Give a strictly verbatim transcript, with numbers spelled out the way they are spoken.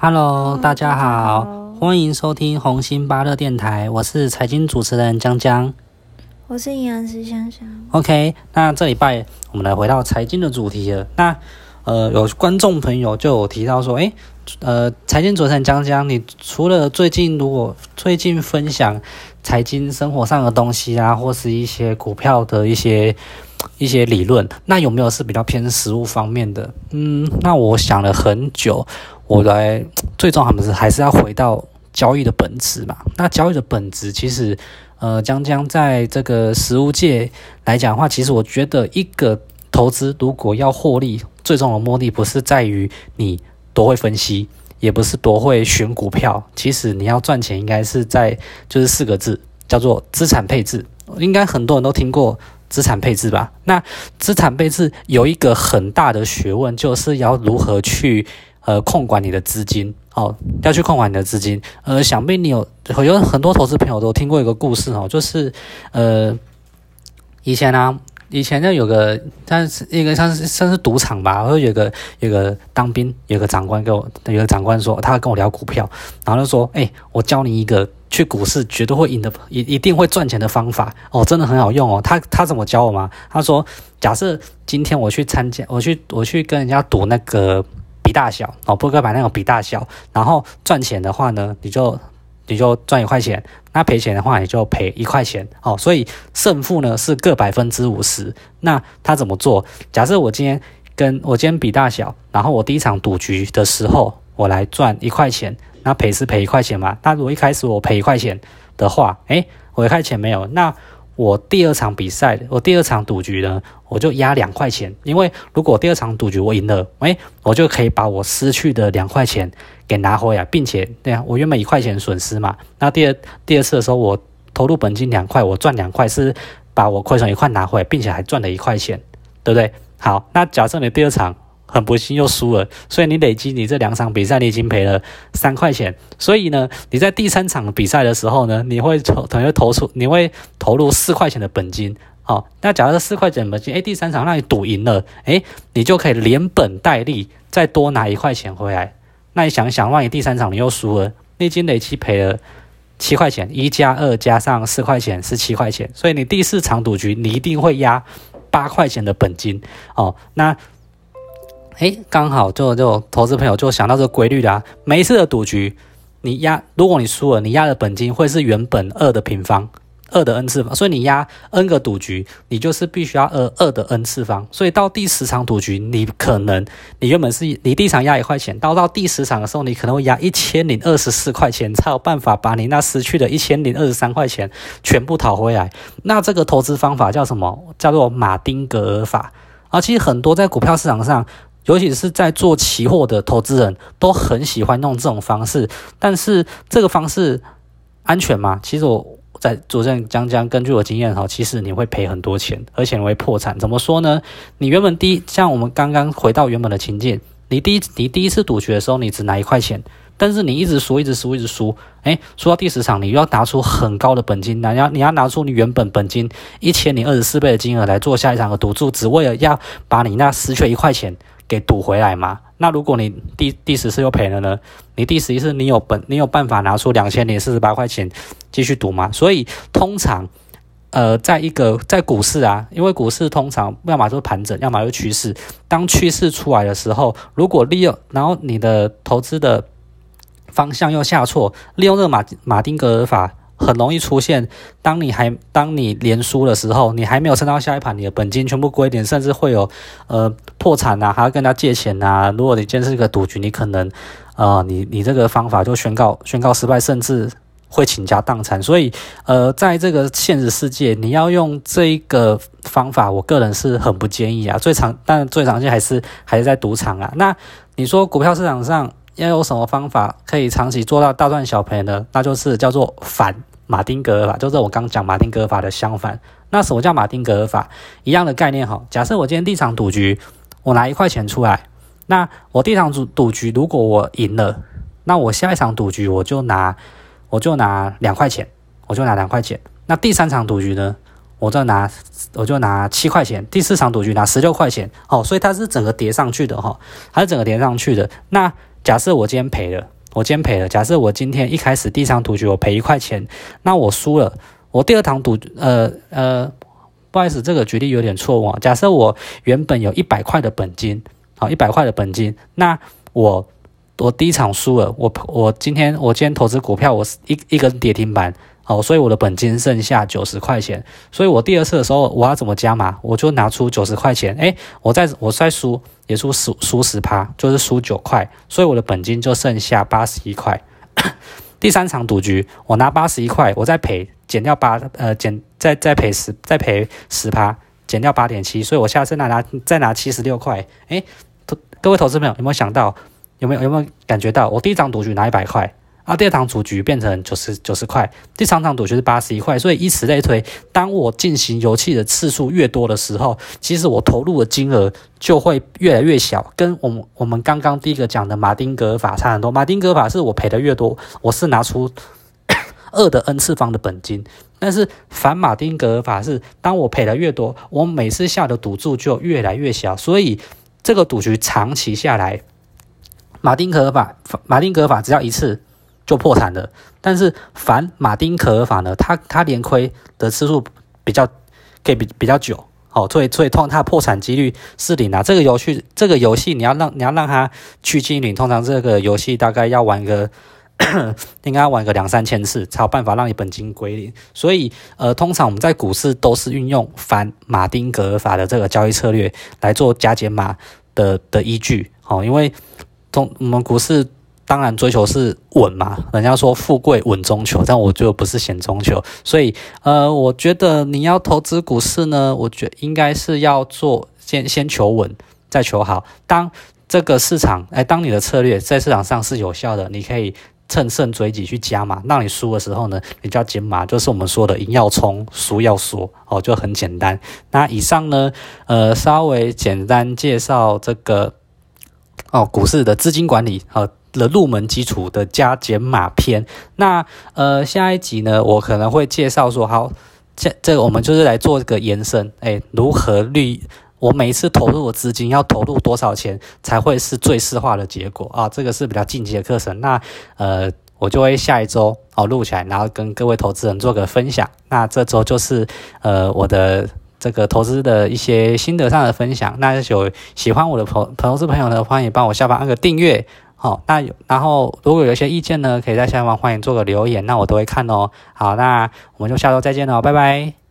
Hello， 大家好，欢迎收听红星巴乐电台，我是财经主持人江江， 我是营养师香香。 OK， 那这礼拜我们来回到财经的主题了。那呃，有观众朋友就有提到说，诶呃，财经主持人江江，你除了最近如果最近分享财经生活上的东西啊，或是一些股票的一些一些理论，那有没有是比较偏实务方面的？嗯，那我想了很久，我来最终还是还是要回到交易的本质嘛。那交易的本质其实，呃，江江在这个实务界来讲的话，其实我觉得一个投资如果要获利，最终的目的不是在于你多会分析，也不是多会选股票，其实你要赚钱应该是在就是四个字，叫做资产配置。应该很多人都听过资产配置吧？那资产配置有一个很大的学问，就是要如何去呃控管你的资金哦，要去控管你的资金。呃，想必你有有很多投资朋友都听过一个故事哦，就是呃以前啊。以前就有个，但是一个像是像是赌场吧，或者有个有个当兵，有个长官跟我，有个长官说，他跟我聊股票，然后就说，哎、欸，我教你一个去股市绝对会赢的，一一定会赚钱的方法哦，真的很好用哦。他他怎么教我吗？他说，假设今天我去参加，我去我去跟人家赌那个比大小哦，扑克牌那种比大小，然后赚钱的话呢，你就。你就赚一块钱，那赔钱的话你就赔一块钱哦，所以胜负呢是各百分之五十。那他怎么做？假设我今天跟我今天比大小，然后我第一场赌局的时候，我来赚一块钱，那赔是赔一块钱嘛？那如果一开始我赔一块钱的话，诶，我一块钱没有，那我第二场比赛，我第二场赌局呢，我就压两块钱，因为如果第二场赌局我赢了，诶，我就可以把我失去的两块钱给拿回来，并且对啊，我原本一块钱损失嘛，那第二第二次的时候，我投入本金两块，我赚两块，是把我亏损一块拿回来，并且还赚了一块钱，对不对？好，那假设你第二场很不幸又输了，所以你累积你这两场比赛，你已经赔了三块钱。所以呢，你在第三场比赛的时候呢，你会投，可能会投出，你会投入四块钱的本金。哦，那假设四块钱的本金，哎，第三场让你赌赢了，哎，你就可以连本带利再多拿一块钱回来。那你想想，万一第三场你又输了，你已经累积赔了七块钱，一加二加上四块钱是七块钱，所以你第四场赌局你一定会压八块钱的本金。哦，那。诶，刚好就就投资朋友就想到这个规律啦、啊。每一次的赌局，你压，如果你输了，你压的本金会是原本二的平方，二的 n 次方，所以你压 n 个赌局，你就是必须要二二的 n 次方。所以到第十场赌局，你可能你原本是你第一场压一块钱，到到第十场的时候，你可能会压一千零二十四块钱，才有办法把你那失去的一千零二十三块钱全部讨回来。那这个投资方法叫什么？叫做马丁格尔法。啊，其实很多在股票市场上。尤其是在做期货的投资人都很喜欢用这种方式，但是这个方式安全吗？其实我在主持人江江根据我经验哈，其实你会赔很多钱，而且你会破产。怎么说呢？你原本第一，像我们刚刚回到原本的情境，你第一你第一次赌局的时候，你只拿一块钱，但是你一直输，一直输，一直输，哎，输到第十场，你又要拿出很高的本金，你要你要拿出你原本本金一千零二十四倍的金额来做下一场的赌注，只为了要把你那失去一块钱。给赌回来嘛？那如果你第第十次又赔了呢？你第十一次你有本你有办法拿出两千零四十八块钱继续赌吗？所以通常，呃，在一个在股市啊，因为股市通常要么就是盘整，要么就是趋势。当趋势出来的时候，如果利用然后你的投资的方向又下错，利用这个马马丁格尔法。很容易出现，当你还当你连输的时候，你还没有撑到下一盘，你的本金全部归零，甚至会有呃破产啊，还要跟他借钱啊。如果你今天是一个赌局，你可能呃你你这个方法就宣告宣告失败，甚至会倾家荡产。所以呃在这个现实世界，你要用这一个方法，我个人是很不建议啊。最常但最常见还是还是在赌场啊。那你说股票市场上要有什么方法可以长期做到大赚小赔呢？那就是叫做反马丁格尔法，就是我刚讲马丁格尔法的相反。那什么叫马丁格尔法？一样的概念哈。假设我今天第一场赌局，我拿一块钱出来，那我第一场赌赌局如果我赢了，那我下一场赌局我就拿我就拿两块钱，我就拿两块钱。那第三场赌局呢，我就拿我就拿七块钱，第四场赌局拿十六块钱。哦，所以它是整个叠上去的哈，它是整个叠上去的。那假设我今天赔了，我今天赔了，假设我今天一开始第一场赌局我赔一块钱，那我输了，我第二场赌呃呃，不好意思，这个举例有点错误啊。假设我原本有一百块的本金，好，一百块的本金，那我我第一场输了，我我今天我今天投资股票，我一一根跌停板。好，所以我的本金剩下九十块钱，所以我第二次的时候我要怎么加码？我就拿出九十块钱，诶，我再我再输也输输输 百分之十， 就是输九块，所以我的本金就剩下八十一块。第三场赌局，我拿八十一块，我再赔减掉八呃减再再赔十再赔 百分之十， 减掉 八点七， 所以我下次拿拿再拿七十六块。诶，各位投资朋友有没有想到？有没有有没有感觉到？我第一场赌局拿一百块。啊，第二场赌局变成九十九十块，第三场赌局是八十一块，所以以此类推，当我进行游戏的次数越多的时候，其实我投入的金额就会越来越小，跟我们我们刚刚第一个讲的马丁格尔法差很多。马丁格尔法是我赔的越多，我是拿出二的 n 次方的本金，但是反马丁格尔法是当我赔的越多，我每次下的赌注就越来越小，所以这个赌局长期下来，马丁格尔法马丁格尔法只要一次就破产了，但是反马丁格尔法呢，它它连亏的次数比较可以比比较久，哦，所以所以通常它的破产几率是零啊。这个游戏这个游戏你要让你要让它趋近零，通常这个游戏大概要玩个应该要玩个两三千次才有办法让你本金归零。所以呃，通常我们在股市都是运用反马丁格尔法的这个交易策略来做加减码的的依据，哦，因为通我们股市。当然追求是稳嘛，人家说富贵稳中求，但我觉得不是险中求，所以呃，我觉得你要投资股市呢，我觉得应该是要做先先求稳，再求好。当这个市场，哎，当你的策略在市场上是有效的，你可以乘胜追击去加码。让你输的时候呢，你就要减码，就是我们说的赢要冲，输要缩，哦，就很简单。那以上呢，呃，稍微简单介绍这个哦股市的资金管理，好。的入门基础的加减码篇，那呃下一集呢，我可能会介绍说，好，这这个我们就是来做一个延伸，哎，如何率，我每一次投入的资金要投入多少钱才会是最适化的结果啊？这个是比较进阶的课程，那呃我就会下一周哦录起来，然后跟各位投资人做个分享。那这周就是呃我的。这个投资的一些心得上的分享，那有喜欢我的朋投资朋友呢，欢迎帮我下方按个订阅，好，那然后如果有一些意见呢，可以在下方欢迎做个留言，那我都会看哦。好，那我们就下周再见喽，拜拜。